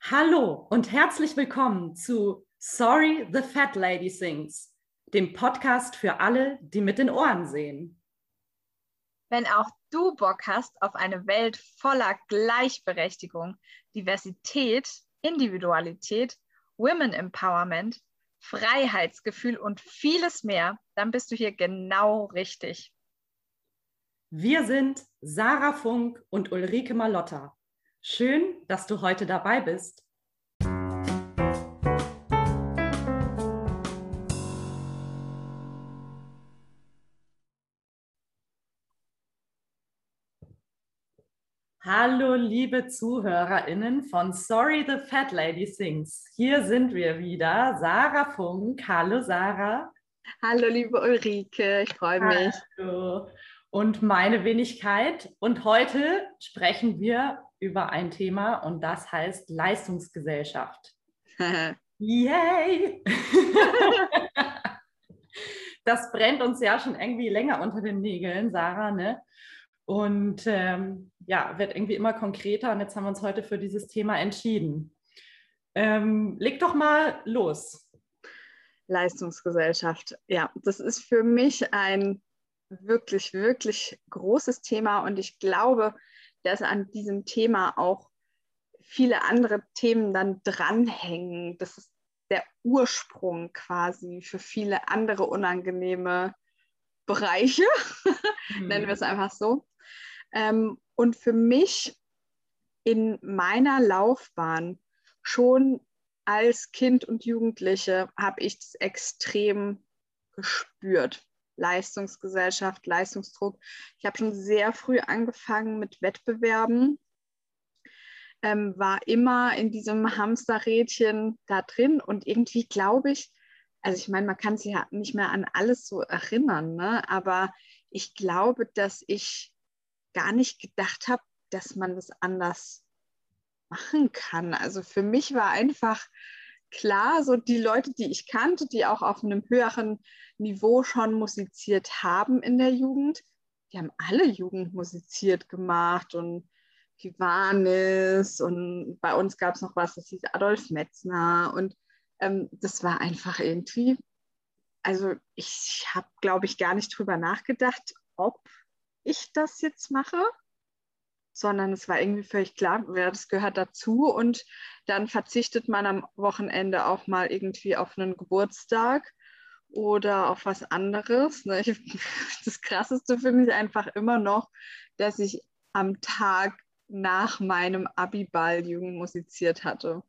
Hallo und herzlich willkommen zu Sorry, the Fat Lady Sings, dem Podcast für alle, die mit den Ohren sehen. Wenn auch du Bock hast auf eine Welt voller Gleichberechtigung, Diversität, Individualität, Women Empowerment, Freiheitsgefühl und vieles mehr, dann bist du hier genau richtig. Wir sind Sarah Funk und Ulrike Malotta. Schön, dass du heute dabei bist. Hallo, liebe ZuhörerInnen von Sorry, the Fat Lady Sings. Hier sind wir wieder, Sarah Funk. Hallo, Sarah. Hallo, liebe Ulrike, ich freue mich. Hallo. Und meine Wenigkeit. Und heute sprechen wir über ein Thema und das heißt Leistungsgesellschaft. Yay! Das brennt uns ja schon irgendwie länger unter den Nägeln, Sarah, ne? Und wird irgendwie immer konkreter. Und jetzt haben wir uns heute für dieses Thema entschieden. Leg doch mal los. Leistungsgesellschaft, ja, das ist für mich ein wirklich, wirklich großes Thema und ich glaube, dass an diesem Thema auch viele andere Themen dann dranhängen. Das ist der Ursprung quasi für viele andere unangenehme Bereiche, nennen wir es einfach so. Und für mich in meiner Laufbahn schon als Kind und Jugendliche habe ich das extrem gespürt. Leistungsgesellschaft, Leistungsdruck. Ich habe schon sehr früh angefangen mit Wettbewerben, war immer in diesem Hamsterrädchen da drin und irgendwie glaube ich, also ich meine, man kann sich ja nicht mehr an alles so erinnern, ne? Aber ich glaube, dass ich gar nicht gedacht habe, dass man das anders machen kann. Also für mich war einfach klar, so die Leute, die ich kannte, die auch auf einem höheren Niveau schon musiziert haben in der Jugend, die haben alle Jugendmusiziert gemacht und Kiwanis und bei uns gab es noch was, das hieß Adolf Metzner und das war einfach irgendwie, also ich habe, glaube ich, gar nicht drüber nachgedacht, ob ich das jetzt mache, sondern es war irgendwie völlig klar, ja, das gehört dazu und dann verzichtet man am Wochenende auch mal irgendwie auf einen Geburtstag oder auf was anderes. Das Krasseste finde ich einfach immer noch, dass ich am Tag nach meinem Abiball Jugend musiziert hatte.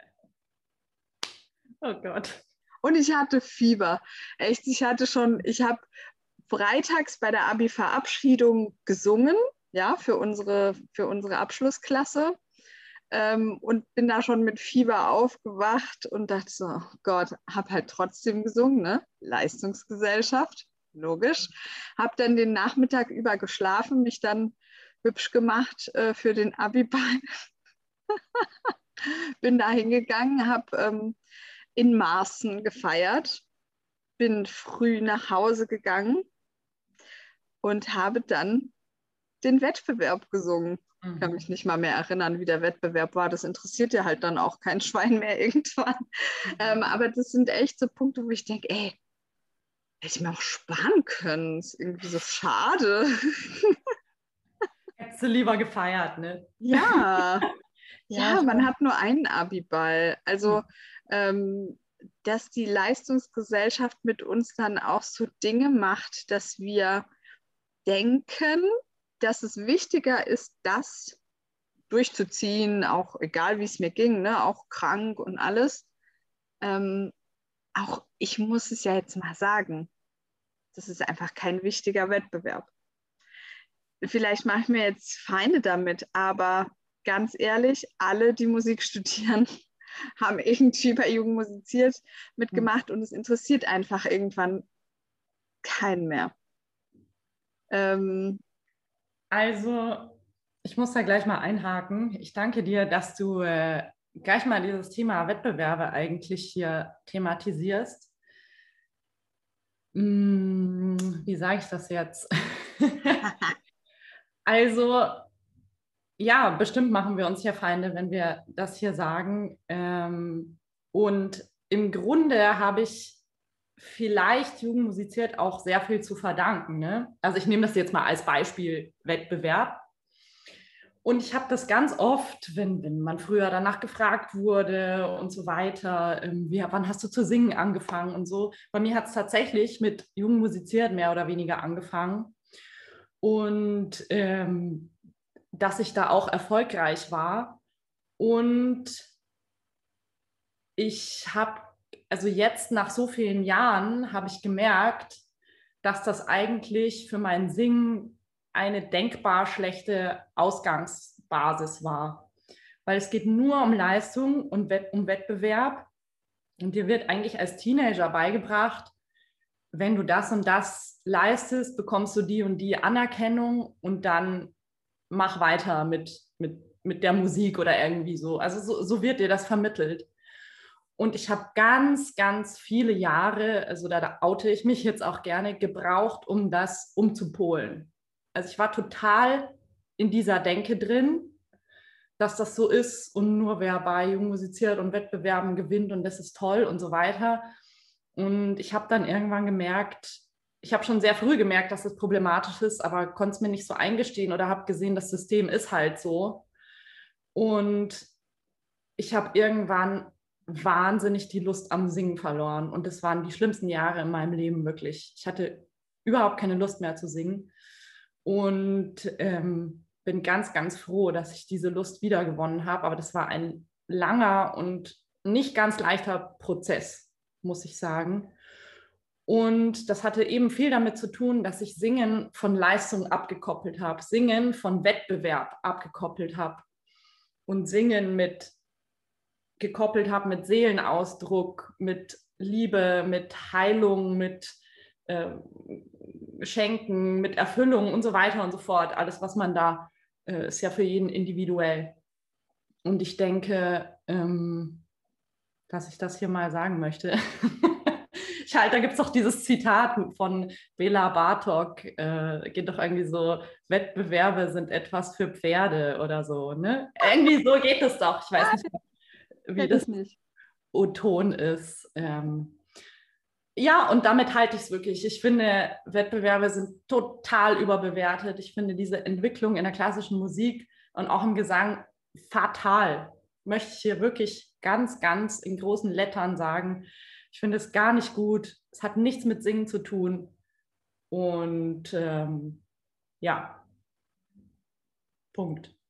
Oh Gott. Und ich hatte Fieber. Echt, ich habe freitags bei der Abi-Verabschiedung gesungen, ja, für unsere Abschlussklasse. Und bin da schon mit Fieber aufgewacht und dachte so, oh Gott, habe halt trotzdem gesungen, ne? Leistungsgesellschaft, logisch. Habe dann den Nachmittag über geschlafen, mich dann hübsch gemacht für den Abi-Ball. Bin da hingegangen, habe in Maßen gefeiert, bin früh nach Hause gegangen und habe dann den Wettbewerb gesungen. Ich kann mich nicht mal mehr erinnern, wie der Wettbewerb war. Das interessiert ja halt dann auch kein Schwein mehr irgendwann. Aber das sind echt so Punkte, wo ich denke, ey, hätte ich mir auch sparen können. Das ist irgendwie so schade. Hättest du lieber gefeiert, ne? Ja, ja, man schon. hat nur einen Abiball. Also, dass die Leistungsgesellschaft mit uns dann auch so Dinge macht, dass wir denken, dass es wichtiger ist, das durchzuziehen, auch egal wie es mir ging, ne, auch krank und alles. Auch ich muss es ja jetzt mal sagen, das ist einfach kein wichtiger Wettbewerb. Vielleicht mache ich mir jetzt Feinde damit, aber ganz ehrlich, alle, die Musik studieren, haben irgendwie bei Jugend musiziert mitgemacht und es interessiert einfach irgendwann keinen mehr. Also, ich muss da gleich mal einhaken. Ich danke dir, dass du gleich mal dieses Thema Wettbewerbe eigentlich hier thematisierst. Wie sage ich das jetzt? Also, ja, bestimmt machen wir uns hier Feinde, wenn wir das hier sagen. Und im Grunde habe ich vielleicht Jugend musiziert auch sehr viel zu verdanken. Ne? Also ich nehme das jetzt mal als Beispiel Wettbewerb. Und ich habe das ganz oft, wenn man früher danach gefragt wurde und so weiter, wann hast du zu singen angefangen und so. Bei mir hat es tatsächlich mit Jugend musiziert mehr oder weniger angefangen. Und dass ich da auch erfolgreich war. Und ich habe, also jetzt nach so vielen Jahren, habe ich gemerkt, dass das eigentlich für mein Singen eine denkbar schlechte Ausgangsbasis war. Weil es geht nur um Leistung und um Wettbewerb. Und dir wird eigentlich als Teenager beigebracht, wenn du das und das leistest, bekommst du die und die Anerkennung und dann mach weiter mit der Musik oder irgendwie so. Also so wird dir das vermittelt. Und ich habe ganz, ganz viele Jahre, also da oute ich mich jetzt auch gerne, gebraucht, um das umzupolen. Also ich war total in dieser Denke drin, dass das so ist und nur wer bei Jung musiziert und Wettbewerben gewinnt und das ist toll und so weiter. Und ich habe dann irgendwann gemerkt, ich habe schon sehr früh gemerkt, dass das problematisch ist, aber konnte es mir nicht so eingestehen oder habe gesehen, das System ist halt so. Und ich habe irgendwann wahnsinnig die Lust am Singen verloren. Und das waren die schlimmsten Jahre in meinem Leben wirklich. Ich hatte überhaupt keine Lust mehr zu singen. Und bin ganz, ganz froh, dass ich diese Lust wiedergewonnen habe. Aber das war ein langer und nicht ganz leichter Prozess, muss ich sagen. Und das hatte eben viel damit zu tun, dass ich Singen von Leistung abgekoppelt habe, Singen von Wettbewerb abgekoppelt habe und Singen gekoppelt habe mit Seelenausdruck, mit Liebe, mit Heilung, mit Schenken, mit Erfüllung und so weiter und so fort. Alles, was man da, ist ja für jeden individuell. Und ich denke, dass ich das hier mal sagen möchte. Da gibt es doch dieses Zitat von Bela Bartok, geht doch irgendwie so, Wettbewerbe sind etwas für Pferde oder so, ne? Irgendwie so geht es doch. Ich weiß nicht, wie das O-Ton ist. Ja, und damit halte ich es wirklich. Ich finde, Wettbewerbe sind total überbewertet. Ich finde diese Entwicklung in der klassischen Musik und auch im Gesang fatal. Möchte ich hier wirklich ganz, ganz in großen Lettern sagen. Ich finde es gar nicht gut. Es hat nichts mit Singen zu tun. Und ja, Punkt.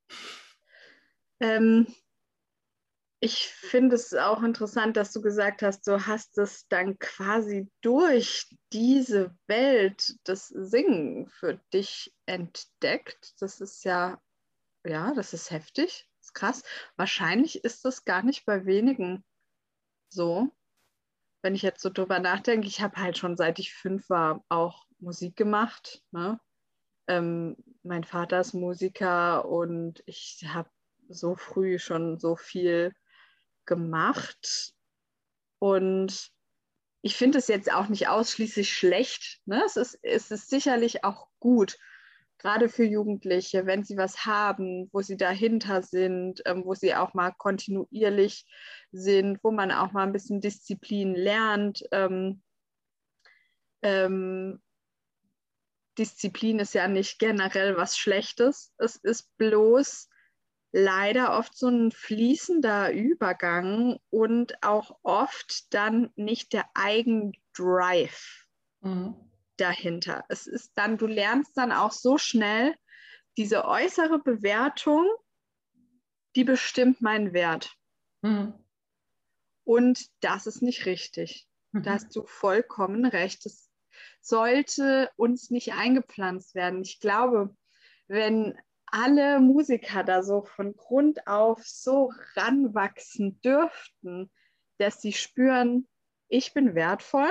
Ich finde es auch interessant, dass du gesagt hast, du hast es dann quasi durch diese Welt des Singen für dich entdeckt. Das ist ja, das ist heftig, das ist krass. Wahrscheinlich ist das gar nicht bei wenigen so. Wenn ich jetzt so drüber nachdenke, ich habe halt schon seit ich 5 war auch Musik gemacht. Ne? Mein Vater ist Musiker und ich habe so früh schon so viel gemacht. Und ich finde es jetzt auch nicht ausschließlich schlecht. Ne? Es ist sicherlich auch gut, gerade für Jugendliche, wenn sie was haben, wo sie dahinter sind, wo sie auch mal kontinuierlich sind, wo man auch mal ein bisschen Disziplin lernt. Disziplin ist ja nicht generell was Schlechtes. Es ist bloß leider oft so ein fließender Übergang und auch oft dann nicht der Eigendrive dahinter. Es ist dann, du lernst dann auch so schnell, diese äußere Bewertung, die bestimmt meinen Wert. Mhm. Und das ist nicht richtig. Da hast du vollkommen recht. Es sollte uns nicht eingepflanzt werden. Ich glaube, wenn alle Musiker da so von Grund auf so ranwachsen dürften, dass sie spüren, ich bin wertvoll,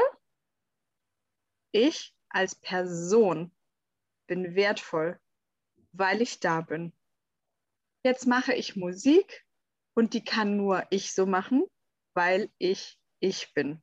ich als Person bin wertvoll, weil ich da bin. Jetzt mache ich Musik und die kann nur ich so machen, weil ich bin.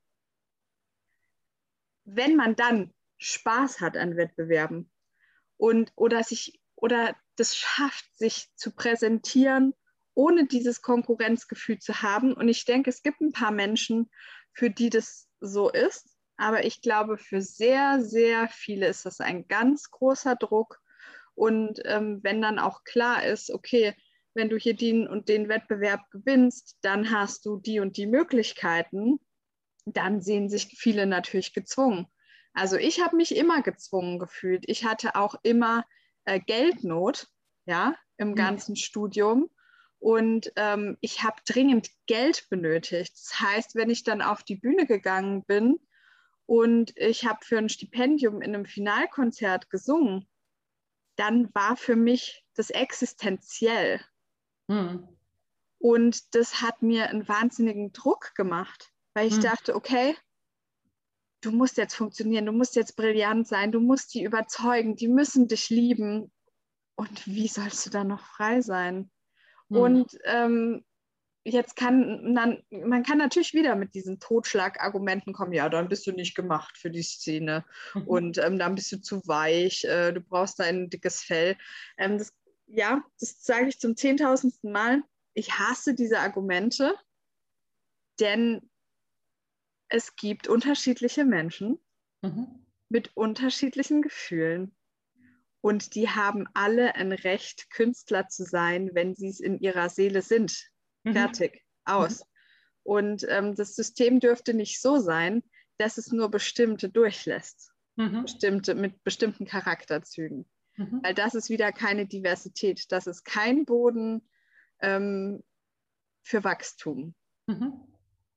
Wenn man dann Spaß hat an Wettbewerben oder das schafft, sich zu präsentieren, ohne dieses Konkurrenzgefühl zu haben. Und ich denke, es gibt ein paar Menschen, für die das so ist. Aber ich glaube, für sehr, sehr viele ist das ein ganz großer Druck. Und wenn dann auch klar ist, okay, wenn du hier den und den Wettbewerb gewinnst, dann hast du die und die Möglichkeiten, dann sehen sich viele natürlich gezwungen. Also ich habe mich immer gezwungen gefühlt. Ich hatte auch immer Geldnot, ja, im ganzen Studium. Und ich habe dringend Geld benötigt. Das heißt, wenn ich dann auf die Bühne gegangen bin und ich habe für ein Stipendium in einem Finalkonzert gesungen, dann war für mich das existenziell. Mhm. Und das hat mir einen wahnsinnigen Druck gemacht, weil ich dachte, okay, du musst jetzt funktionieren, du musst jetzt brillant sein, du musst die überzeugen, die müssen dich lieben. Und wie sollst du dann noch frei sein? Mhm. Und jetzt man kann natürlich wieder mit diesen Totschlagargumenten kommen, ja, dann bist du nicht gemacht für die Szene und dann bist du zu weich, du brauchst ein dickes Fell. Das sage ich zum 10.000. Mal. Ich hasse diese Argumente, denn es gibt unterschiedliche Menschen Mhm. mit unterschiedlichen Gefühlen. Und die haben alle ein Recht, Künstler zu sein, wenn sie es in ihrer Seele sind. Mhm. Fertig, Mhm. aus. Und das System dürfte nicht so sein, dass es nur bestimmte durchlässt, Mhm. mit bestimmten Charakterzügen. Weil Mhm. das ist wieder keine Diversität. Das ist kein Boden für Wachstum. Mhm.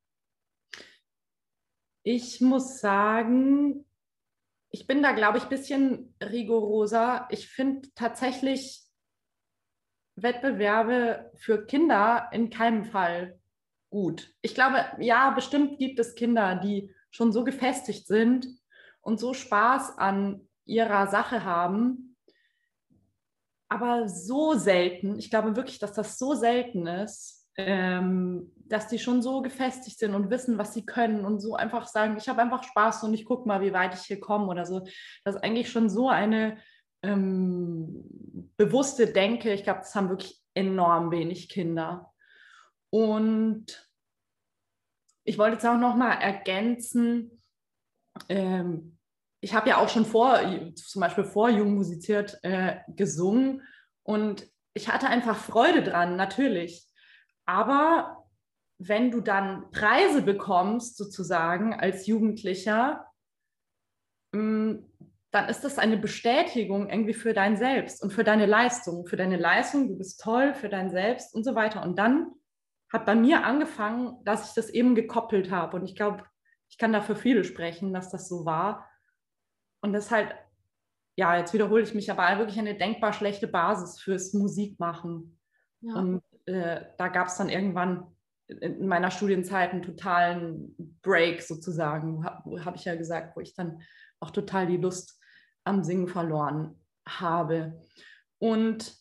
Ich muss sagen, ich bin da, glaube ich, ein bisschen rigoroser. Ich finde tatsächlich Wettbewerbe für Kinder in keinem Fall gut. Ich glaube, ja, bestimmt gibt es Kinder, die schon so gefestigt sind und so Spaß an ihrer Sache haben, aber so selten. Ich glaube wirklich, dass das so selten ist, dass die schon so gefestigt sind und wissen, was sie können und so einfach sagen, ich habe einfach Spaß und ich gucke mal, wie weit ich hier komme oder so. Das ist eigentlich schon so eine bewusste Denke. Ich glaube, das haben wirklich enorm wenig Kinder. Und ich wollte jetzt auch noch mal ergänzen, ähm, ich habe ja auch schon zum Beispiel vor Jung musiziert, gesungen und ich hatte einfach Freude dran, natürlich. Aber wenn du dann Preise bekommst, sozusagen als Jugendlicher, dann ist das eine Bestätigung irgendwie für dein Selbst und für deine Leistung. Für deine Leistung, du bist toll, für dein Selbst und so weiter. Und dann hat bei mir angefangen, dass ich das eben gekoppelt habe. Und ich glaube, ich kann da für viele sprechen, dass das so war. Und das ist halt, ja, jetzt wiederhole ich mich, aber wirklich eine denkbar schlechte Basis fürs Musikmachen. Ja. Und da gab es dann irgendwann in meiner Studienzeit einen totalen Break sozusagen, habe ich ja gesagt, wo ich dann auch total die Lust am Singen verloren habe. Und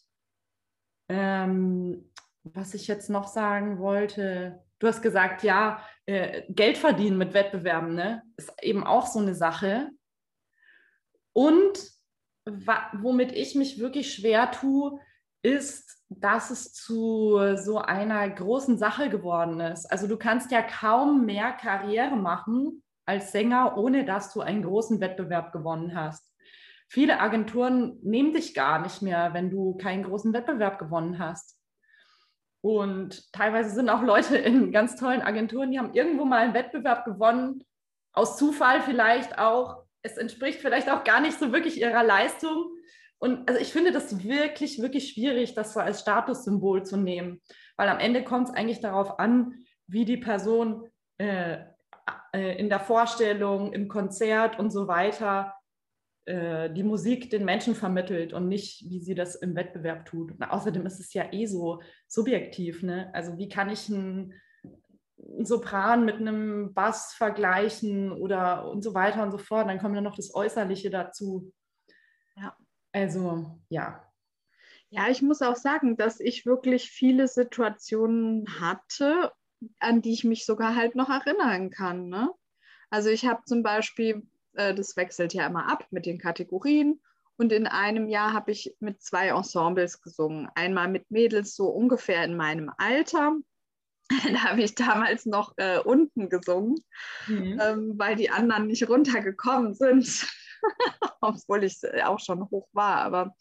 was ich jetzt noch sagen wollte, du hast gesagt, ja, Geld verdienen mit Wettbewerben, ne, ist eben auch so eine Sache. Und womit ich mich wirklich schwer tue, ist, dass es zu so einer großen Sache geworden ist. Also du kannst ja kaum mehr Karriere machen als Sänger, ohne dass du einen großen Wettbewerb gewonnen hast. Viele Agenturen nehmen dich gar nicht mehr, wenn du keinen großen Wettbewerb gewonnen hast. Und teilweise sind auch Leute in ganz tollen Agenturen, die haben irgendwo mal einen Wettbewerb gewonnen, aus Zufall vielleicht auch. Es entspricht vielleicht auch gar nicht so wirklich ihrer Leistung. Und also ich finde das wirklich, wirklich schwierig, das so als Statussymbol zu nehmen. Weil am Ende kommt es eigentlich darauf an, wie die Person in der Vorstellung, im Konzert und so weiter die Musik den Menschen vermittelt und nicht, wie sie das im Wettbewerb tut. Und außerdem ist es ja eh so subjektiv. Ne? Also wie kann ich einen Sopran mit einem Bass vergleichen oder und so weiter und so fort. Dann kommt ja noch das Äußerliche dazu. Ja. Also, ja. Ja, ich muss auch sagen, dass ich wirklich viele Situationen hatte, an die ich mich sogar halt noch erinnern kann. Ne? Also ich habe zum Beispiel, das wechselt ja immer ab mit den Kategorien Und in einem Jahr habe ich mit 2 Ensembles gesungen. Einmal mit Mädels so ungefähr in meinem Alter. Da habe ich damals noch unten gesungen, weil die anderen nicht runtergekommen sind, obwohl ich auch schon hoch war. Aber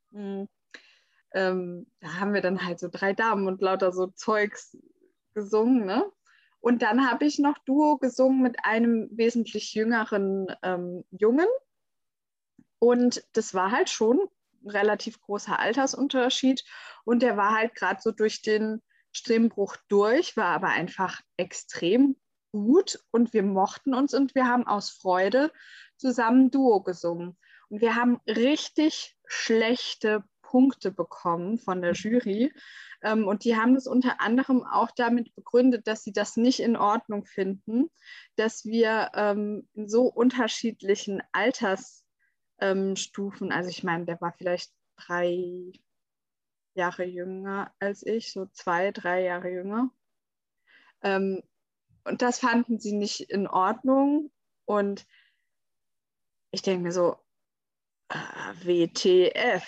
da haben wir dann halt so 3 Damen und lauter so Zeugs gesungen. Ne? Und dann habe ich noch Duo gesungen mit einem wesentlich jüngeren Jungen. Und das war halt schon ein relativ großer Altersunterschied. Und der war halt gerade so durch den Stimmbruch durch, war aber einfach extrem gut. Und wir mochten uns und wir haben aus Freude zusammen Duo gesungen. Und wir haben richtig schlechte Punkte bekommen von der Jury. Und die haben das unter anderem auch damit begründet, dass sie das nicht in Ordnung finden, dass wir in so unterschiedlichen Altersstufen, also ich meine, der war vielleicht 3 Jahre jünger als ich, so 2, 3 Jahre jünger. Und das fanden sie nicht in Ordnung. Und ich denke mir so, WTF.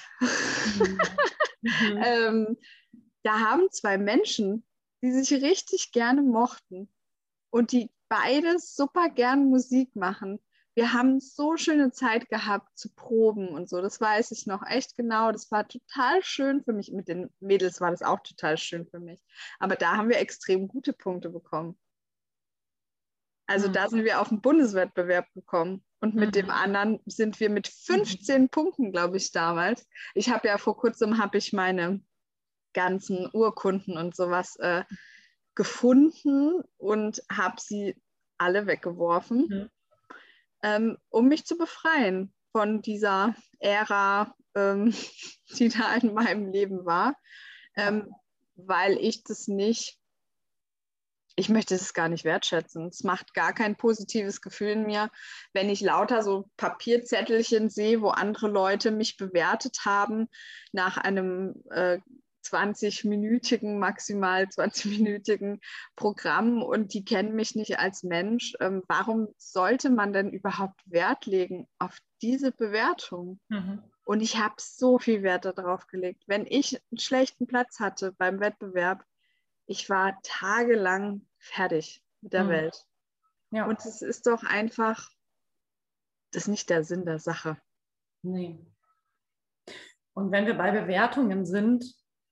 Da haben 2 Menschen, die sich richtig gerne mochten und die beide super gern Musik machen. Wir haben so schöne Zeit gehabt zu proben und so. Das weiß ich noch echt genau. Das war total schön für mich. Mit den Mädels war das auch total schön für mich. Aber da haben wir extrem gute Punkte bekommen. Also da sind wir auf den Bundeswettbewerb gekommen. Und mit dem anderen sind wir mit 15 Punkten, glaube ich, damals. Ich habe ja vor kurzem meine ganzen Urkunden und sowas gefunden und habe sie alle weggeworfen, um mich zu befreien von dieser Ära, die da in meinem Leben war, weil ich das nicht, ich möchte es gar nicht wertschätzen. Es macht gar kein positives Gefühl in mir, wenn ich lauter so Papierzettelchen sehe, wo andere Leute mich bewertet haben nach einem 20-minütigen, maximal 20-minütigen Programm und die kennen mich nicht als Mensch. Warum sollte man denn überhaupt Wert legen auf diese Bewertung? Und ich habe so viel Wert darauf gelegt. Wenn ich einen schlechten Platz hatte beim Wettbewerb, ich war tagelang fertig mit der Welt. Ja. Und es ist doch einfach, das ist nicht der Sinn der Sache. Nee. Und wenn wir bei Bewertungen sind,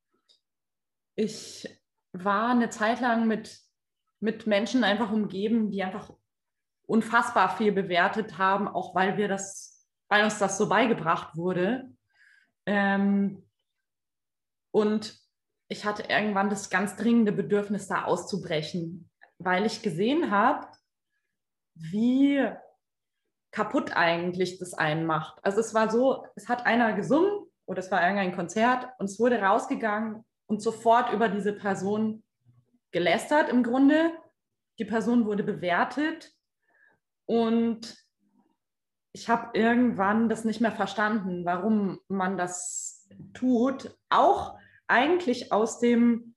ich war eine Zeit lang mit Menschen einfach umgeben, die einfach unfassbar viel bewertet haben, auch weil uns das so beigebracht wurde. Und ich hatte irgendwann das ganz dringende Bedürfnis, da auszubrechen, weil ich gesehen habe, wie kaputt eigentlich das einen macht. Also es war so, es hat einer gesungen oder es war irgendein Konzert und es wurde rausgegangen und sofort über diese Person gelästert im Grunde. Die Person wurde bewertet und ich habe irgendwann das nicht mehr verstanden, warum man das tut. Auch eigentlich aus dem,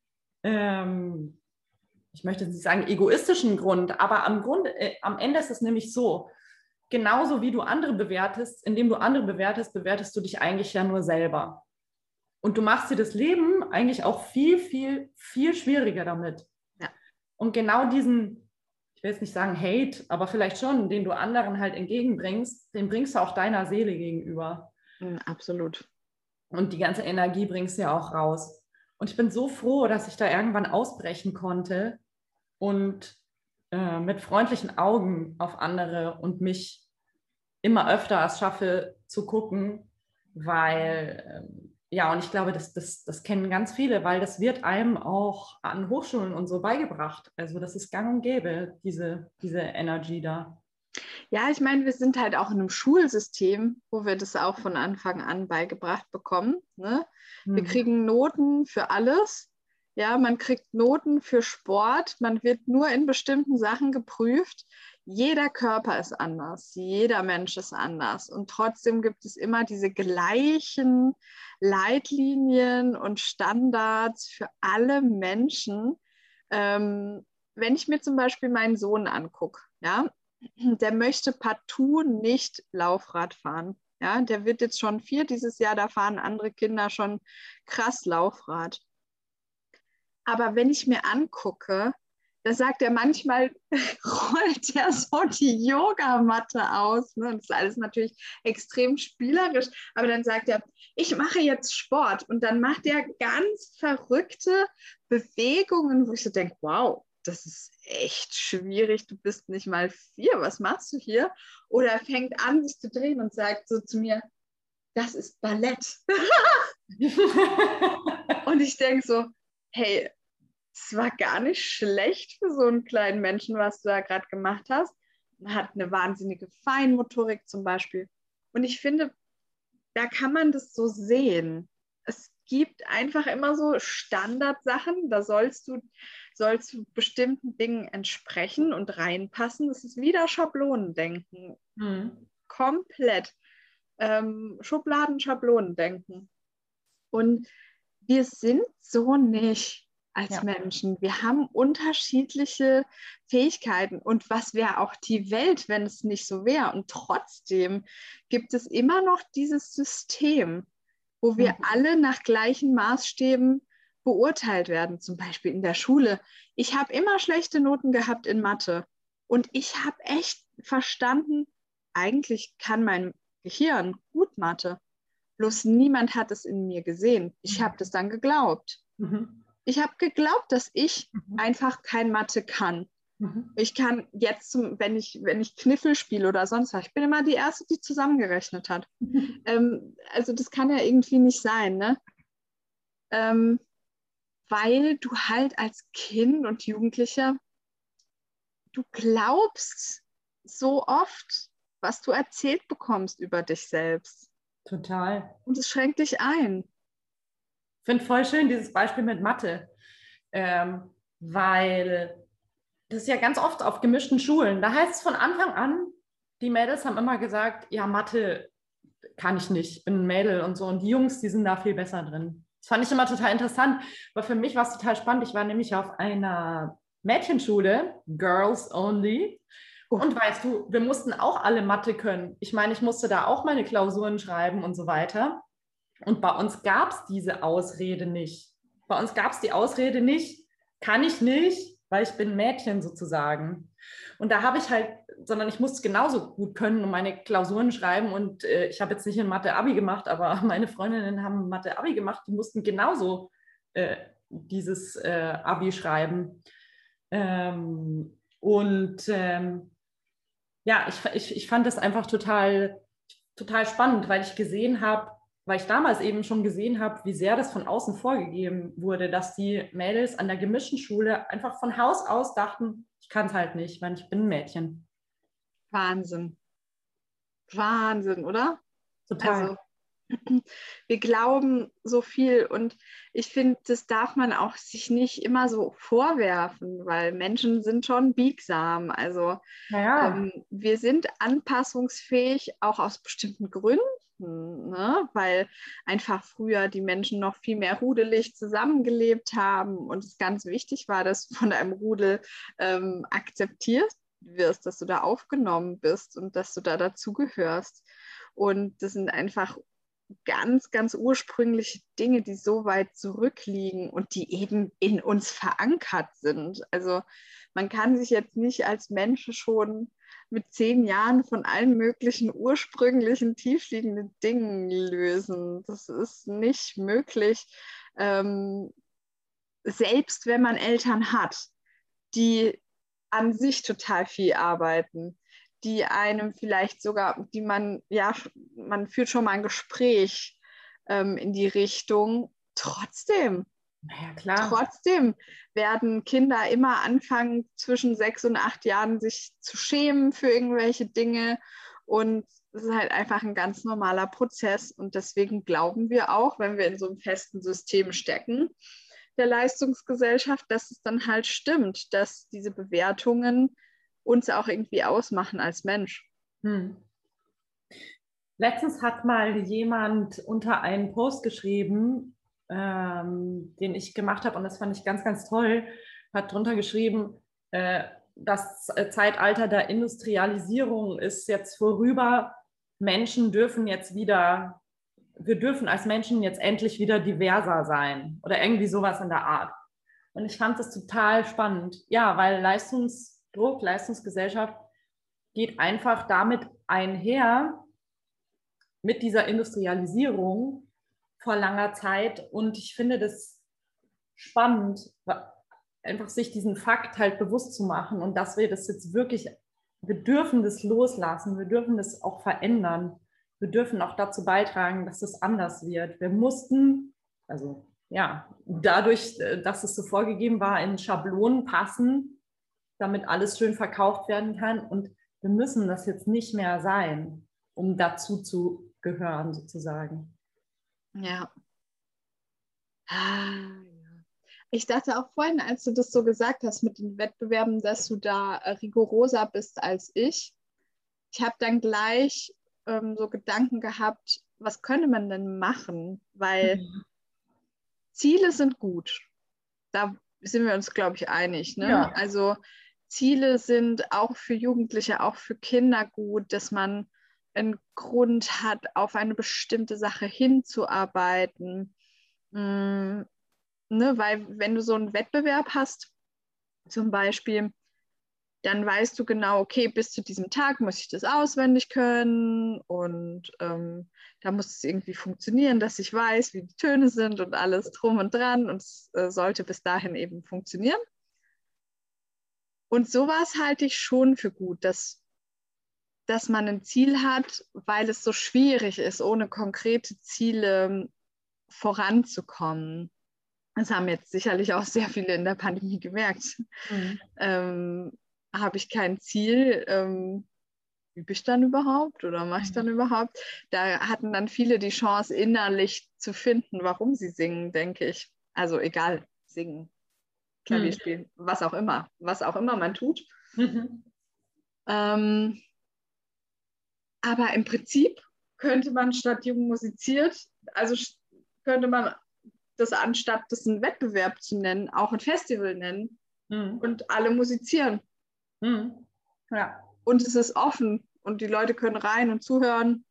ich möchte nicht sagen egoistischen Grund, aber am Ende ist es nämlich so, genauso wie du andere bewertest, indem du andere bewertest, bewertest du dich eigentlich ja nur selber. Und du machst dir das Leben eigentlich auch viel, viel, viel schwieriger damit. Ja. Und genau diesen, ich will jetzt nicht sagen Hate, aber vielleicht schon, den du anderen halt entgegenbringst, den bringst du auch deiner Seele gegenüber. Absolut. Und die ganze Energie bringst du ja auch raus. Und ich bin so froh, dass ich da irgendwann ausbrechen konnte und mit freundlichen Augen auf andere und mich immer öfter es schaffe zu gucken, weil, ja, und ich glaube, das kennen ganz viele, weil das wird einem auch an Hochschulen und so beigebracht. Also das ist gang und gäbe, diese Energy da. Ja, ich meine, wir sind halt auch in einem Schulsystem, wo wir das auch von Anfang an beigebracht bekommen. Ne? Wir kriegen Noten für alles. Ja, man kriegt Noten für Sport. Man wird nur in bestimmten Sachen geprüft. Jeder Körper ist anders. Jeder Mensch ist anders. Und trotzdem gibt es immer diese gleichen Leitlinien und Standards für alle Menschen. Wenn ich mir zum Beispiel meinen Sohn angucke, ja, der möchte partout nicht Laufrad fahren. Ja, der wird jetzt schon 4 dieses Jahr, da fahren andere Kinder schon krass Laufrad. Aber wenn ich mir angucke, da sagt er manchmal, rollt er so die Yogamatte aus. Ne? Das ist alles natürlich extrem spielerisch. Aber dann sagt er, ich mache jetzt Sport. Und dann macht er ganz verrückte Bewegungen, wo ich so denke, wow, das ist echt schwierig. Du bist nicht mal 4. Was machst du hier? Oder er fängt an, sich zu drehen und sagt so zu mir, das ist Ballett. Und ich denke so, hey, es war gar nicht schlecht für so einen kleinen Menschen, was du da gerade gemacht hast. Man hat eine wahnsinnige Feinmotorik zum Beispiel. Und ich finde, da kann man das so sehen. Es gibt einfach immer so Standardsachen, da sollst du bestimmten Dingen entsprechen und reinpassen. Das ist wieder Schablonendenken. Komplett. Schubladen-Schablonendenken. Und wir sind so nicht als Menschen. Wir haben unterschiedliche Fähigkeiten. Und was wäre auch die Welt, wenn es nicht so wäre? Und trotzdem gibt es immer noch dieses System, wo wir alle nach gleichen Maßstäben beurteilt werden. Zum Beispiel in der Schule. Ich habe immer schlechte Noten gehabt in Mathe. Und ich habe echt verstanden, eigentlich kann mein Gehirn gut Mathe. Bloß niemand hat es in mir gesehen. Ich habe das dann geglaubt. Ich habe geglaubt, dass ich einfach kein Mathe kann. Ich kann jetzt, wenn ich Kniffel spiele oder sonst was, ich bin immer die Erste, die zusammengerechnet hat. Also das kann ja irgendwie nicht sein, ne? Weil du halt als Kind und Jugendlicher, du glaubst so oft, was du erzählt bekommst über dich selbst. Total. Und es schränkt dich ein. Ich finde voll schön dieses Beispiel mit Mathe, weil das ist ja ganz oft auf gemischten Schulen. Da heißt es von Anfang an, die Mädels haben immer gesagt, ja, Mathe kann ich nicht, ich bin ein Mädel und so. Und die Jungs, die sind da viel besser drin. Das fand ich immer total interessant, weil für mich war es total spannend. Ich war nämlich auf einer Mädchenschule, Girls Only. Und weißt du, wir mussten auch alle Mathe können. Ich meine, ich musste da auch meine Klausuren schreiben und so weiter. Und bei uns gab es diese Ausrede nicht. Bei uns gab es die Ausrede nicht, kann ich nicht, weil ich bin ein Mädchen sozusagen. Und da habe ich halt, sondern ich musste genauso gut können und meine Klausuren schreiben. Und ich habe jetzt nicht in Mathe-Abi gemacht, aber meine Freundinnen haben Mathe-Abi gemacht, die mussten genauso dieses Abi schreiben. Ja, ich fand das einfach total spannend, weil ich gesehen habe, weil ich damals eben schon gesehen habe, wie sehr das von außen vorgegeben wurde, dass die Mädels an der gemischten Schule einfach von Haus aus dachten, ich kann es halt nicht, weil ich bin ein Mädchen. Wahnsinn. Wahnsinn, oder? Total. Also, wir glauben so viel und ich finde, das darf man auch sich nicht immer so vorwerfen, weil Menschen sind schon biegsam. Also wir sind anpassungsfähig, auch aus bestimmten Gründen. Ne? Weil einfach früher die Menschen noch viel mehr rudelig zusammengelebt haben und es ganz wichtig war, dass du von einem Rudel akzeptiert wirst, dass du da aufgenommen bist und dass du da dazugehörst. Und das sind einfach ganz, ganz ursprüngliche Dinge, die so weit zurückliegen und die eben in uns verankert sind. Also man kann sich jetzt nicht als Mensch schon mit 10 Jahren von allen möglichen ursprünglichen, tiefliegenden Dingen lösen. Das ist nicht möglich, selbst wenn man Eltern hat, die an sich total viel arbeiten, die einem vielleicht sogar, man führt schon mal ein Gespräch in die Richtung. Trotzdem werden Kinder immer anfangen, zwischen 6 und 8 Jahren sich zu schämen für irgendwelche Dinge. Und es ist halt einfach ein ganz normaler Prozess. Und deswegen glauben wir auch, wenn wir in so einem festen System stecken, der Leistungsgesellschaft, dass es dann halt stimmt, dass diese Bewertungen uns auch irgendwie ausmachen als Mensch. Letztens hat mal jemand unter einen Post geschrieben, den ich gemacht habe, und das fand ich ganz, ganz toll, hat drunter geschrieben, das Zeitalter der Industrialisierung ist jetzt vorüber. wir dürfen als Menschen jetzt endlich wieder diverser sein oder irgendwie sowas in der Art. Und ich fand das total spannend. Ja, weil Leistungsdruck, Leistungsgesellschaft geht einfach damit einher, mit dieser Industrialisierung vor langer Zeit. Und ich finde das spannend, einfach sich diesen Fakt halt bewusst zu machen und dass wir das jetzt wirklich, wir dürfen das loslassen, wir dürfen das auch verändern. Wir dürfen auch dazu beitragen, dass es anders wird. Wir mussten, also ja, dadurch, dass es so vorgegeben war, in Schablonen passen, damit alles schön verkauft werden kann. Und wir müssen das jetzt nicht mehr sein, um dazu zu gehören, sozusagen. Ja. Ah, ja. Ich dachte auch vorhin, als du das so gesagt hast mit den Wettbewerben, dass du da rigoroser bist als ich. Ich habe dann gleich so Gedanken gehabt, was könnte man denn machen? Weil Ziele sind gut. Da sind wir uns, glaube ich, einig. Ne? Ja. Also Ziele sind auch für Jugendliche, auch für Kinder gut, dass man einen Grund hat, auf eine bestimmte Sache hinzuarbeiten. Ne? Weil wenn du so einen Wettbewerb hast, zum Beispiel, dann weißt du genau, okay, bis zu diesem Tag muss ich das auswendig können und da muss es irgendwie funktionieren, dass ich weiß, wie die Töne sind und alles drum und dran und es sollte bis dahin eben funktionieren. Und sowas halte ich schon für gut, dass man ein Ziel hat, weil es so schwierig ist, ohne konkrete Ziele voranzukommen. Das haben jetzt sicherlich auch sehr viele in der Pandemie gemerkt. Habe ich kein Ziel, übe ich dann überhaupt oder mache ich dann überhaupt? Da hatten dann viele die Chance, innerlich zu finden, warum sie singen, denke ich. Also egal, singen, Klavier spielen, was auch immer man tut. Aber im Prinzip könnte man statt Jugend musiziert, also könnte man das anstatt das einen Wettbewerb zu nennen, auch ein Festival nennen und alle musizieren. Ja. Und es ist offen und die Leute können rein und zuhören.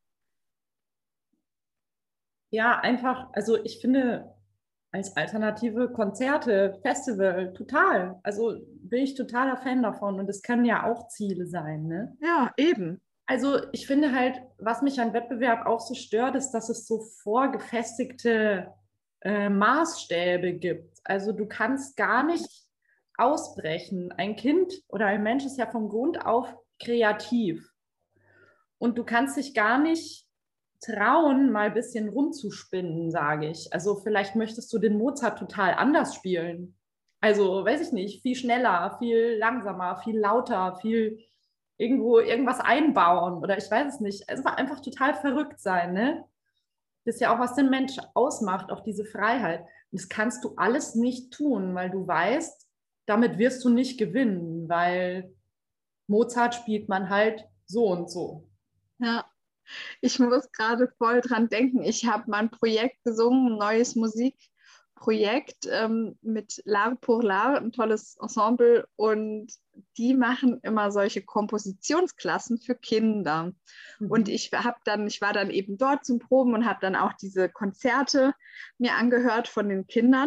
Ja, einfach, also ich finde als alternative Konzerte, Festival, total. Also bin ich totaler Fan davon und es können ja auch Ziele sein, ne? Ja, eben. Also ich finde halt, was mich an Wettbewerb auch so stört, ist, dass es so vorgefestigte Maßstäbe gibt. Also du kannst gar nicht ausbrechen. Ein Kind oder ein Mensch ist ja von Grund auf kreativ. Und du kannst dich gar nicht trauen, mal ein bisschen rumzuspinnen, sage ich. Also vielleicht möchtest du den Mozart total anders spielen. Also, weiß ich nicht, viel schneller, viel langsamer, viel lauter, viel irgendwas einbauen oder ich weiß es nicht. Also einfach total verrückt sein, ne? Das ist ja auch, was den Mensch ausmacht, auch diese Freiheit. Und das kannst du alles nicht tun, weil du weißt, damit wirst du nicht gewinnen, weil Mozart spielt man halt so und so. Ja, ich muss gerade voll dran denken. Ich habe mal ein Projekt gesungen, ein neues Musikprojekt mit L'Art pour l'Art, ein tolles Ensemble. Und die machen immer solche Kompositionsklassen für Kinder. Und ich war dann eben dort zum Proben und habe dann auch diese Konzerte mir angehört von den Kindern.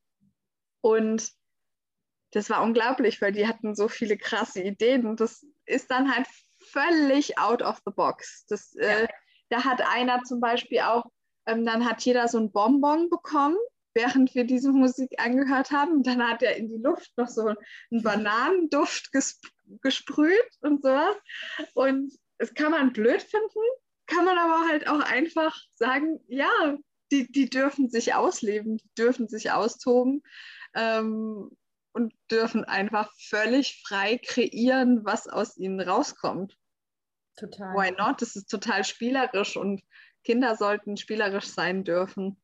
Und das war unglaublich, weil die hatten so viele krasse Ideen. Und das ist dann halt völlig out of the box. Da hat einer zum Beispiel auch, dann hat jeder so ein Bonbon bekommen, während wir diese Musik angehört haben. Und dann hat er in die Luft noch so einen Bananenduft gesprüht und sowas. Und das kann man blöd finden, kann man aber halt auch einfach sagen, ja, die dürfen sich ausleben, die dürfen sich austoben. Und dürfen einfach völlig frei kreieren, was aus ihnen rauskommt. Total. Why not? Das ist total spielerisch und Kinder sollten spielerisch sein dürfen.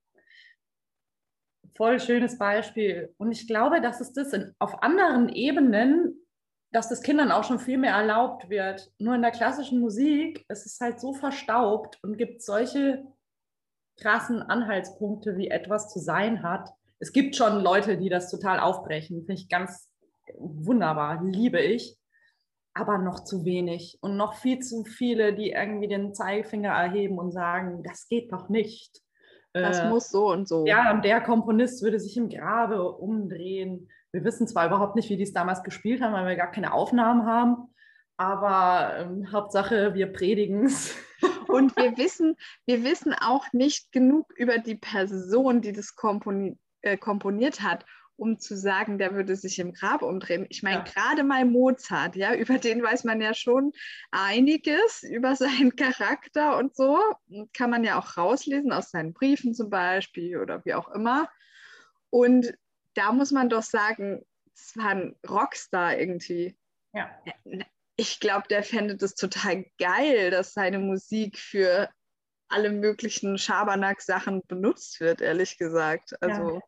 Voll schönes Beispiel. Und ich glaube, dass es das auf anderen Ebenen, dass das Kindern auch schon viel mehr erlaubt wird. Nur in der klassischen Musik ist es halt so verstaubt und gibt solche krassen Anhaltspunkte, wie etwas zu sein hat. Es gibt schon Leute, die das total aufbrechen. Finde ich ganz wunderbar, liebe ich. aber noch zu wenig und noch viel zu viele, die irgendwie den Zeigefinger erheben und sagen, das geht doch nicht. Das muss so und so. Ja, und der Komponist würde sich im Grabe umdrehen. Wir wissen zwar überhaupt nicht, wie die es damals gespielt haben, weil wir gar keine Aufnahmen haben, aber Hauptsache, wir predigen es. Und wir wissen auch nicht genug über die Person, die das komponiert hat, um zu sagen, der würde sich im Grab umdrehen. Ich meine, gerade mal Mozart, ja, über den weiß man ja schon einiges, über seinen Charakter und so. Kann man ja auch rauslesen aus seinen Briefen zum Beispiel oder wie auch immer. Und da muss man doch sagen, es war ein Rockstar irgendwie. Ja. Ich glaube, der fände das total geil, dass seine Musik für alle möglichen Schabernack-Sachen benutzt wird, ehrlich gesagt. Also,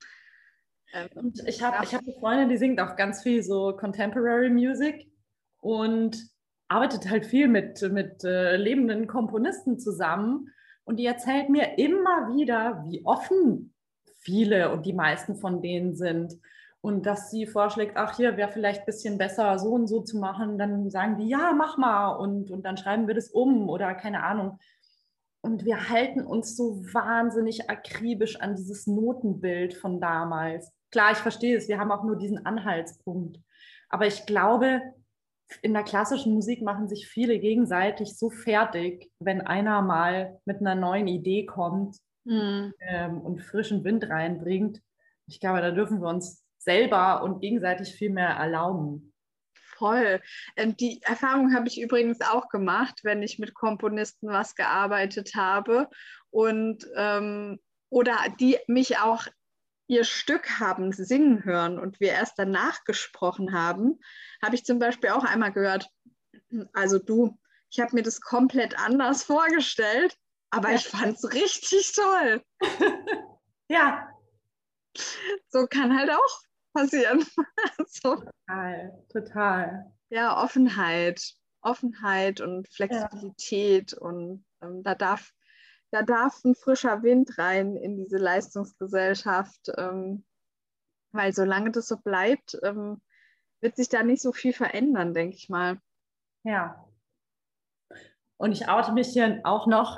und ich hab eine Freundin, die singt auch ganz viel so Contemporary Music und arbeitet halt viel mit lebenden Komponisten zusammen. Und die erzählt mir immer wieder, wie offen viele und die meisten von denen sind. Und dass sie vorschlägt, ach hier wäre vielleicht ein bisschen besser, so und so zu machen. Dann sagen die, ja, mach mal. Und dann schreiben wir das um oder keine Ahnung. Und wir halten uns so wahnsinnig akribisch an dieses Notenbild von damals. Klar, ich verstehe es, wir haben auch nur diesen Anhaltspunkt. Aber ich glaube, in der klassischen Musik machen sich viele gegenseitig so fertig, wenn einer mal mit einer neuen Idee kommt und frischen Wind reinbringt. Ich glaube, da dürfen wir uns selber und gegenseitig viel mehr erlauben. Voll. Die Erfahrung habe ich übrigens auch gemacht, wenn ich mit Komponisten was gearbeitet habe und oder die mich auch ihr Stück haben singen hören und wir erst danach gesprochen haben, habe ich zum Beispiel auch einmal gehört, also du, ich habe mir das komplett anders vorgestellt, aber ich fand es richtig toll. Ja. So kann halt auch passieren. So. Total. Ja, Offenheit und Flexibilität und da darf ein frischer Wind rein in diese Leistungsgesellschaft, weil solange das so bleibt, wird sich da nicht so viel verändern, denke ich mal. Ja. Und ich oute mich hier auch noch.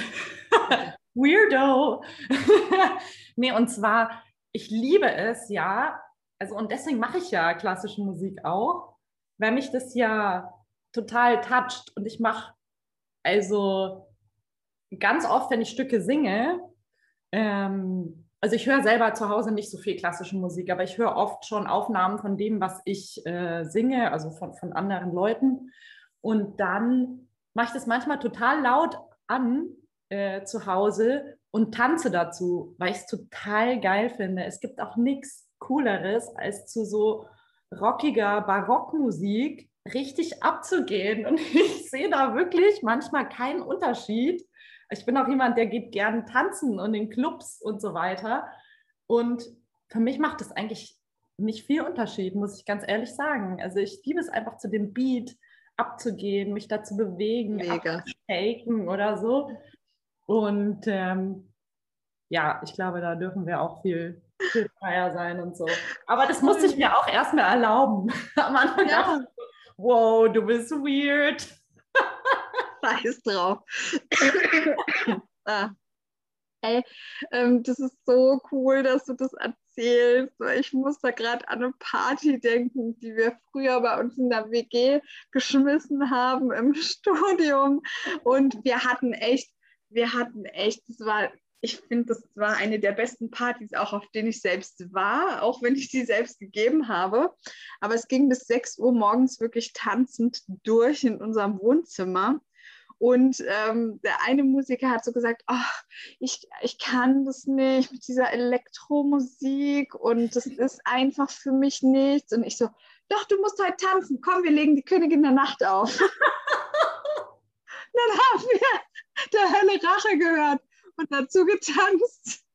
Weirdo. Nee, und zwar, ich liebe es, ja. Also, und deswegen mache ich ja klassische Musik auch, weil mich das ja total toucht. Und ich mache also ganz oft, wenn ich Stücke singe, also ich höre selber zu Hause nicht so viel klassische Musik, aber ich höre oft schon Aufnahmen von dem, was ich singe, also von anderen Leuten. Und dann mache ich das manchmal total laut an zu Hause und tanze dazu, weil ich es total geil finde. Es gibt auch nichts Cooleres, als zu so rockiger Barockmusik richtig abzugehen. Und ich sehe da wirklich manchmal keinen Unterschied. Ich bin auch jemand, der geht gern tanzen und in Clubs und so weiter. Und für mich macht es eigentlich nicht viel Unterschied, muss ich ganz ehrlich sagen. Also ich liebe es einfach zu dem Beat abzugehen, mich da zu bewegen, abzushaken oder so. Und ja, ich glaube, da dürfen wir auch viel freier sein und so. Aber das musste ich mir auch erstmal erlauben. Am Anfang dachte ich, wow, du bist weird. Scheiß drauf. Ey, das ist so cool, dass du das erzählst. Ich muss da gerade an eine Party denken, die wir früher bei uns in der WG geschmissen haben im Studium. Und wir hatten echt, ich finde, das war eine der besten Partys, auch auf denen ich selbst war, auch wenn ich die selbst gegeben habe. Aber es ging bis 6 Uhr morgens wirklich tanzend durch in unserem Wohnzimmer. Und der eine Musiker hat so gesagt, ach, ich kann das nicht mit dieser Elektromusik und das ist einfach für mich nichts. Und ich so, doch, du musst heute tanzen. Komm, wir legen die Königin der Nacht auf. Dann haben wir der Hölle Rache gehört und dazu getanzt.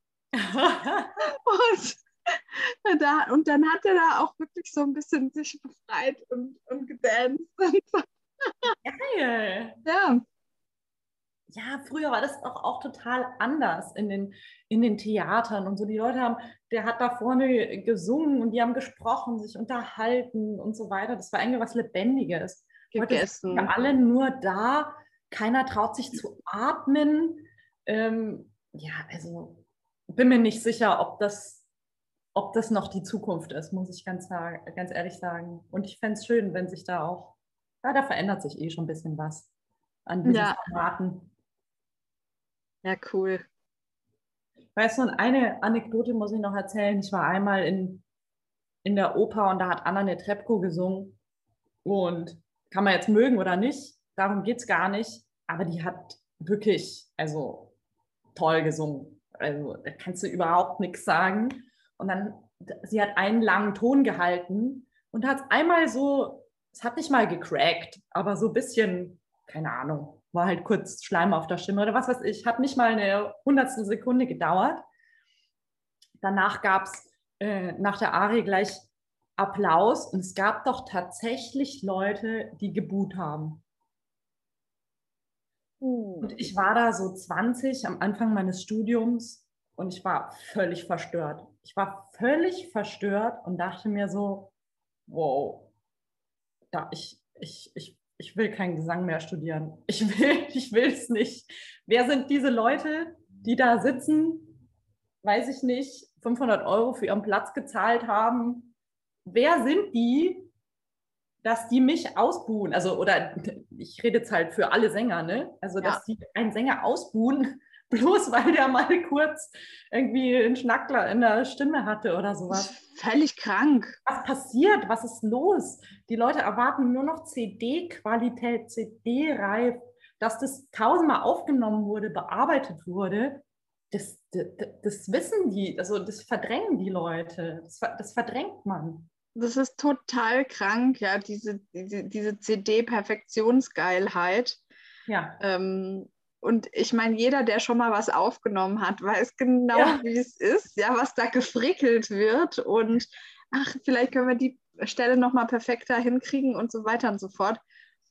Und dann hat er da auch wirklich so ein bisschen sich befreit und gedanced. Geil. Ja. Ja, früher war das auch total anders in den Theatern und so. Die Leute der hat da vorne gesungen und die haben gesprochen, sich unterhalten und so weiter. Das war irgendwie was Lebendiges. Heute sind wir alle nur da, keiner traut sich zu atmen. Ja, also bin mir nicht sicher, ob das noch die Zukunft ist, muss ich ganz ehrlich sagen. Und ich fände es schön, wenn sich da auch, ja, da verändert sich schon ein bisschen was an diesen Formaten. Ja, cool. Weißt du, und eine Anekdote muss ich noch erzählen. Ich war einmal in der Oper und da hat Anna Netrebko gesungen. Und kann man jetzt mögen oder nicht, darum geht es gar nicht. Aber die hat wirklich, also toll gesungen. Also da kannst du überhaupt nichts sagen. Und dann, sie hat einen langen Ton gehalten und hat einmal so, es hat nicht mal gecrackt, aber so ein bisschen, keine Ahnung, war halt kurz Schleim auf der Stimme oder was weiß ich, hat nicht mal eine hundertstel Sekunde gedauert. Danach gab es nach der Arie gleich Applaus und es gab doch tatsächlich Leute, die geboot haben. Und ich war da so 20 am Anfang meines Studiums und ich war völlig verstört. Ich war völlig verstört und dachte mir so, wow, ich will keinen Gesang mehr studieren. Ich will es nicht. Wer sind diese Leute, die da sitzen, weiß ich nicht, 500 € für ihren Platz gezahlt haben? Wer sind die, dass die mich ausbuhen? Also, oder ich rede jetzt halt für alle Sänger, ne? Also, dass die einen Sänger ausbuhen, bloß weil der mal kurz irgendwie einen Schnackler in der Stimme hatte oder sowas. Völlig krank. Was passiert? Was ist los? Die Leute erwarten nur noch CD-Qualität, CD-reif, dass das tausendmal aufgenommen wurde, bearbeitet wurde. Das wissen die, also das verdrängen die Leute. Das verdrängt man. Das ist total krank, ja, diese CD-Perfektionsgeilheit. Ja. Und ich meine, jeder, der schon mal was aufgenommen hat, weiß genau, wie es ist, ja, was da gefrickelt wird. Und ach, vielleicht können wir die Stelle nochmal perfekter hinkriegen und so weiter und so fort.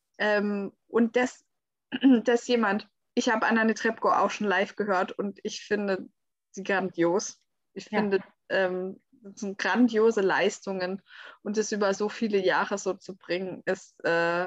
Und das jemand, ich habe Anna Netrebko auch schon live gehört und ich finde sie grandios. Ich finde, das sind grandiose Leistungen und das über so viele Jahre so zu bringen, ist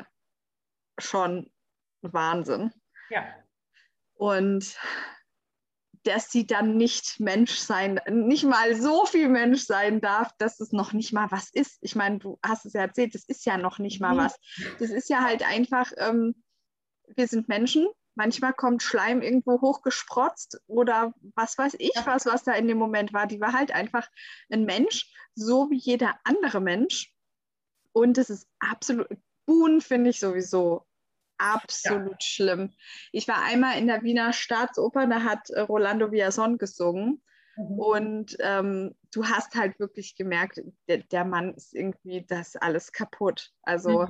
schon Wahnsinn. Ja. Und dass sie dann nicht Mensch sein, nicht mal so viel Mensch sein darf, dass es noch nicht mal was ist. Ich meine, du hast es ja erzählt, das ist ja noch nicht mal was. Das ist ja halt einfach, wir sind Menschen, manchmal kommt Schleim irgendwo hochgesprotzt oder was weiß ich was da in dem Moment war. Die war halt einfach ein Mensch, so wie jeder andere Mensch. Und es ist absolut, Buhn finde ich sowieso absolut schlimm. Ich war einmal in der Wiener Staatsoper, da hat Rolando Villazón gesungen. Und du hast halt wirklich gemerkt, der Mann ist irgendwie, das alles kaputt. Also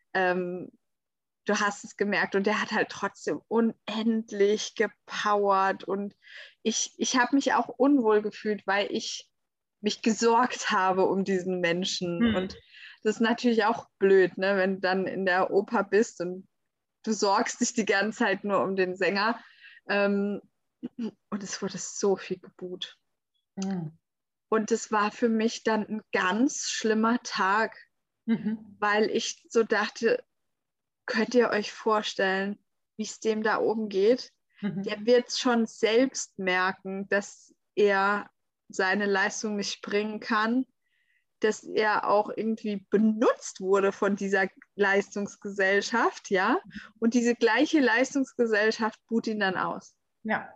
du hast es gemerkt und der hat halt trotzdem unendlich gepowert und ich habe mich auch unwohl gefühlt, weil ich mich gesorgt habe um diesen Menschen und das ist natürlich auch blöd, ne, wenn du dann in der Oper bist und du sorgst dich die ganze Zeit nur um den Sänger und es wurde so viel geboot. Und es war für mich dann ein ganz schlimmer Tag, weil ich so dachte, könnt ihr euch vorstellen, wie es dem da oben geht? Der wird schon selbst merken, dass er seine Leistung nicht bringen kann, dass er auch irgendwie benutzt wurde von dieser Leistungsgesellschaft, ja, und diese gleiche Leistungsgesellschaft buht ihn dann aus. Ja.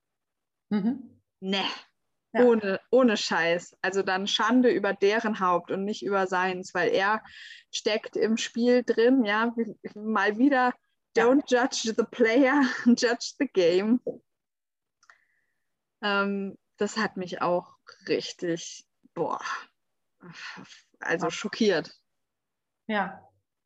Ne. Ja. Ohne Scheiß. Also dann Schande über deren Haupt und nicht über seins, weil er steckt im Spiel drin, ja, mal wieder, don't judge the player, judge the game. Das hat mich auch richtig, also schockiert. Ja.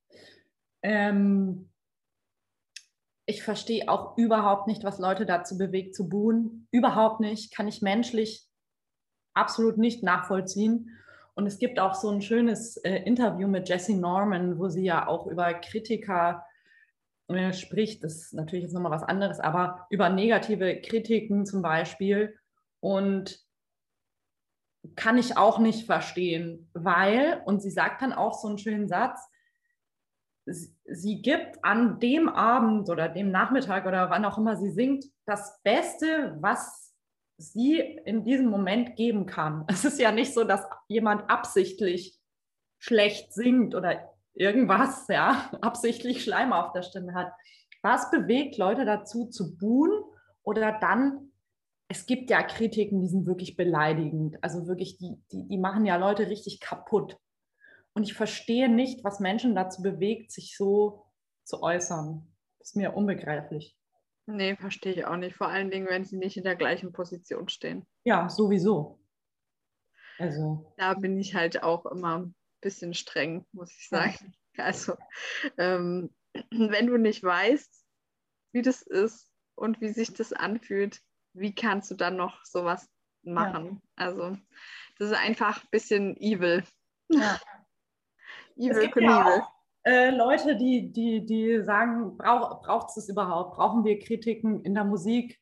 Ich verstehe auch überhaupt nicht, was Leute dazu bewegt zu buhen. Überhaupt nicht. Kann ich menschlich absolut nicht nachvollziehen. Und es gibt auch so ein schönes Interview mit Jessie Norman, wo sie ja auch über Kritiker spricht. Das ist natürlich jetzt nochmal was anderes, aber über negative Kritiken zum Beispiel. Und kann ich auch nicht verstehen, weil, und sie sagt dann auch so einen schönen Satz, sie gibt an dem Abend oder dem Nachmittag oder wann auch immer sie singt, das Beste, was sie in diesem Moment geben kann. Es ist ja nicht so, dass jemand absichtlich schlecht singt oder irgendwas, ja, absichtlich Schleim auf der Stimme hat. Was bewegt Leute dazu zu buhen oder dann, es gibt ja Kritiken, die sind wirklich beleidigend, also wirklich, die machen ja Leute richtig kaputt. Und ich verstehe nicht, was Menschen dazu bewegt, sich so zu äußern. Das ist mir unbegreiflich. Nee, verstehe ich auch nicht. Vor allen Dingen, wenn sie nicht in der gleichen Position stehen. Ja, sowieso. Also, Da bin ich halt auch immer ein bisschen streng, muss ich ja, sagen. Also, wenn du nicht weißt, wie das ist und wie sich das anfühlt, wie kannst du dann noch sowas ja, machen? Also, das ist einfach ein bisschen evil. ja. Es Evil gibt ja Knievel. auch Leute, die sagen, braucht es das überhaupt? Brauchen wir Kritiken in der Musik?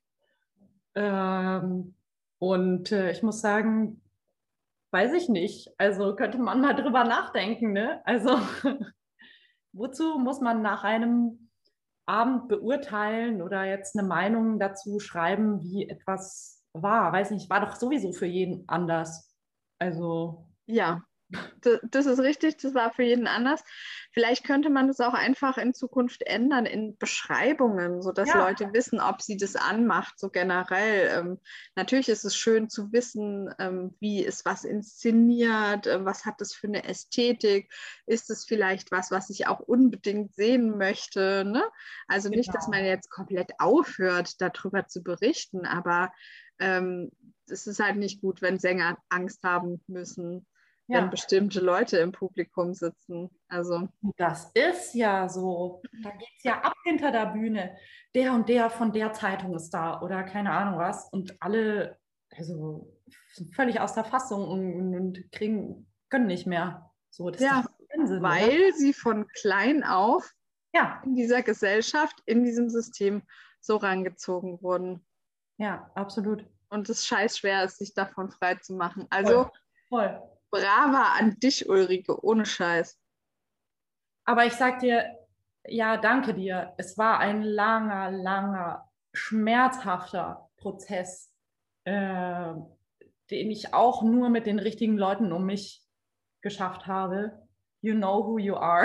Und ich muss sagen, weiß ich nicht. Also könnte man mal drüber nachdenken, ne? Also wozu muss man nach einem Abend beurteilen oder jetzt eine Meinung dazu schreiben, wie etwas war? Weiß nicht, war doch sowieso für jeden anders. Also, Ja, das ist richtig, das war für jeden anders. Vielleicht könnte man das auch einfach in Zukunft ändern in Beschreibungen, sodass ja, Leute wissen, ob sie das anmacht, so generell. Natürlich ist es schön zu wissen, wie ist was inszeniert, was hat das für eine Ästhetik, ist es vielleicht was, was ich auch unbedingt sehen möchte, ne? Also nicht, dass man genau. jetzt komplett aufhört, darüber zu berichten, aber es ist halt nicht gut, wenn Sänger Angst haben müssen, wenn Ja, bestimmte Leute im Publikum sitzen. Also, das ist ja so. Da geht es ja ab hinter der Bühne. Der und der von der Zeitung ist da oder keine Ahnung was. Und alle, also sind völlig aus der Fassung und können nicht mehr. So, das ist doch ja, Wahnsinn, oder? weil sie von klein auf Ja, in dieser Gesellschaft, in diesem System so rangezogen wurden. ja, absolut. Und es scheiß schwer ist, sich davon frei zu machen. Voll, Also, voll. brava an dich, Ulrike, ohne Scheiß. Aber ich sag dir, ja, danke dir. Es war ein langer, langer, schmerzhafter Prozess, äh, den ich auch nur mit den richtigen Leuten um mich geschafft habe. You know who you are.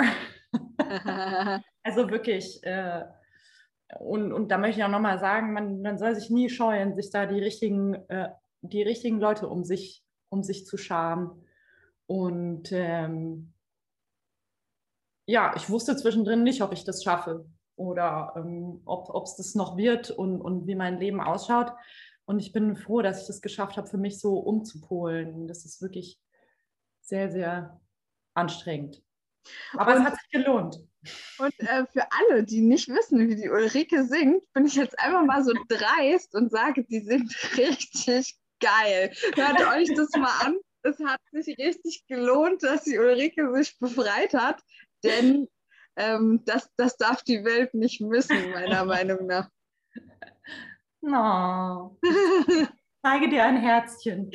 Also wirklich. Und da möchte ich auch nochmal sagen, man soll sich nie scheuen, sich da die richtigen Leute um sich zu scharen. Und ja, ich wusste zwischendrin nicht, ob ich das schaffe oder ob es das noch wird und wie mein Leben ausschaut. Und ich bin froh, dass ich das geschafft habe, für mich so umzupolen. Das ist wirklich sehr, sehr anstrengend. Aber es Und, hat sich gelohnt. und für alle, die nicht wissen, wie die Ulrike singt, bin ich jetzt einfach mal so dreist und sage, die singt richtig geil. Hört euch das mal an. Es hat sich richtig gelohnt, dass die Ulrike sich befreit hat, denn das darf die Welt nicht missen, meiner Meinung nach. No, ich zeige dir ein Herzchen.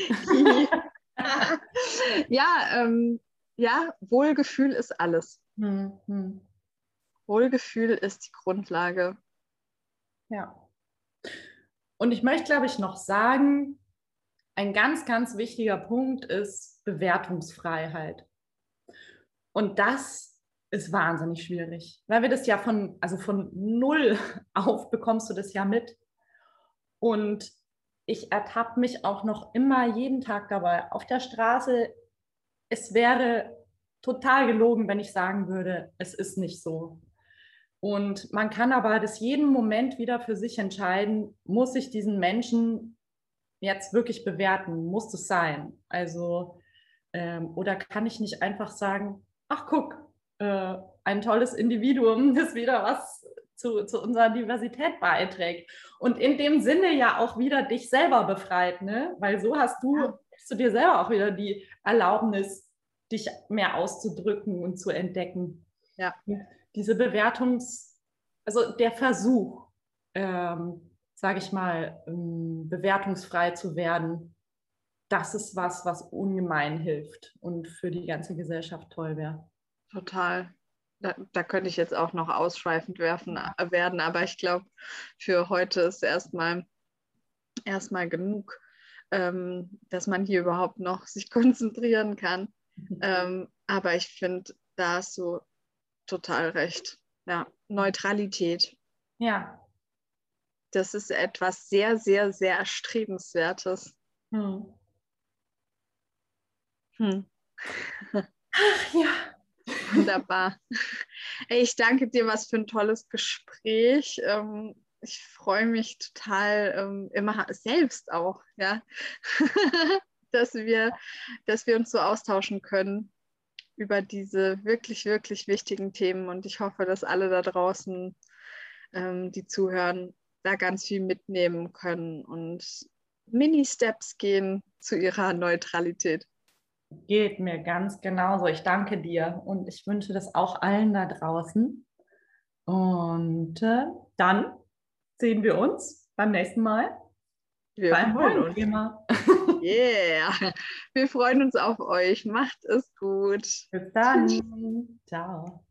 Ja, ja, Wohlgefühl ist alles. Hm, hm. Wohlgefühl ist die Grundlage. Ja. Und ich möchte, glaube ich, noch sagen, ein ganz, ganz wichtiger Punkt ist Bewertungsfreiheit. Und das ist wahnsinnig schwierig, weil wir das ja also von null auf bekommst du das ja mit. Und ich ertappe mich auch noch immer jeden Tag dabei. Auf der Straße, es wäre total gelogen, wenn ich sagen würde, es ist nicht so. Und man kann aber das jeden Moment wieder für sich entscheiden, muss ich diesen Menschen jetzt wirklich bewerten? Muss es sein? Also, oder kann ich nicht einfach sagen, ach guck, ein tolles Individuum, das wieder was zu unserer Diversität beiträgt. Und in dem Sinne ja auch wieder dich selber befreit, ne? Weil so hast Ja, du dir selber auch wieder die Erlaubnis, dich mehr auszudrücken und zu entdecken. ja, Diese also der Versuch, sage ich mal, bewertungsfrei zu werden, das ist was ungemein hilft und für die ganze Gesellschaft toll wäre. total. da könnte ich jetzt auch noch ausschweifend werden, aber ich glaube, für heute ist erstmal genug, dass man hier überhaupt noch sich konzentrieren kann. Aber ich finde, da hast du total recht. Ja, Neutralität. Ja. Das ist etwas sehr, sehr, sehr Erstrebenswertes. Hm. Ach ja. Wunderbar. Ich danke dir, was für ein tolles Gespräch. Ich freue mich total immer selbst auch, ja, dass wir uns so austauschen können über diese wirklich, wirklich wichtigen Themen. Und ich hoffe, dass alle da draußen, die zuhören, da ganz viel mitnehmen können und Mini-Steps gehen zu ihrer Neutralität. Geht mir ganz genauso. Ich danke dir und ich wünsche das auch allen da draußen. Und dann sehen wir uns beim nächsten Mal. Wir freuen uns. Thema. Yeah, wir freuen uns auf euch. Macht es gut. Bis dann. Tschüss. Ciao.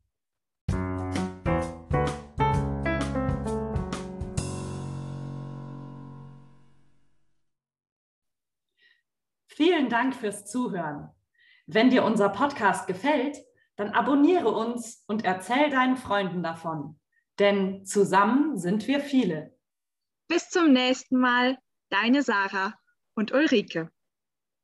Vielen Dank fürs Zuhören. Wenn dir unser Podcast gefällt, dann abonniere uns und erzähl deinen Freunden davon. Denn zusammen sind wir viele. Bis zum nächsten Mal, deine Sarah und Ulrike.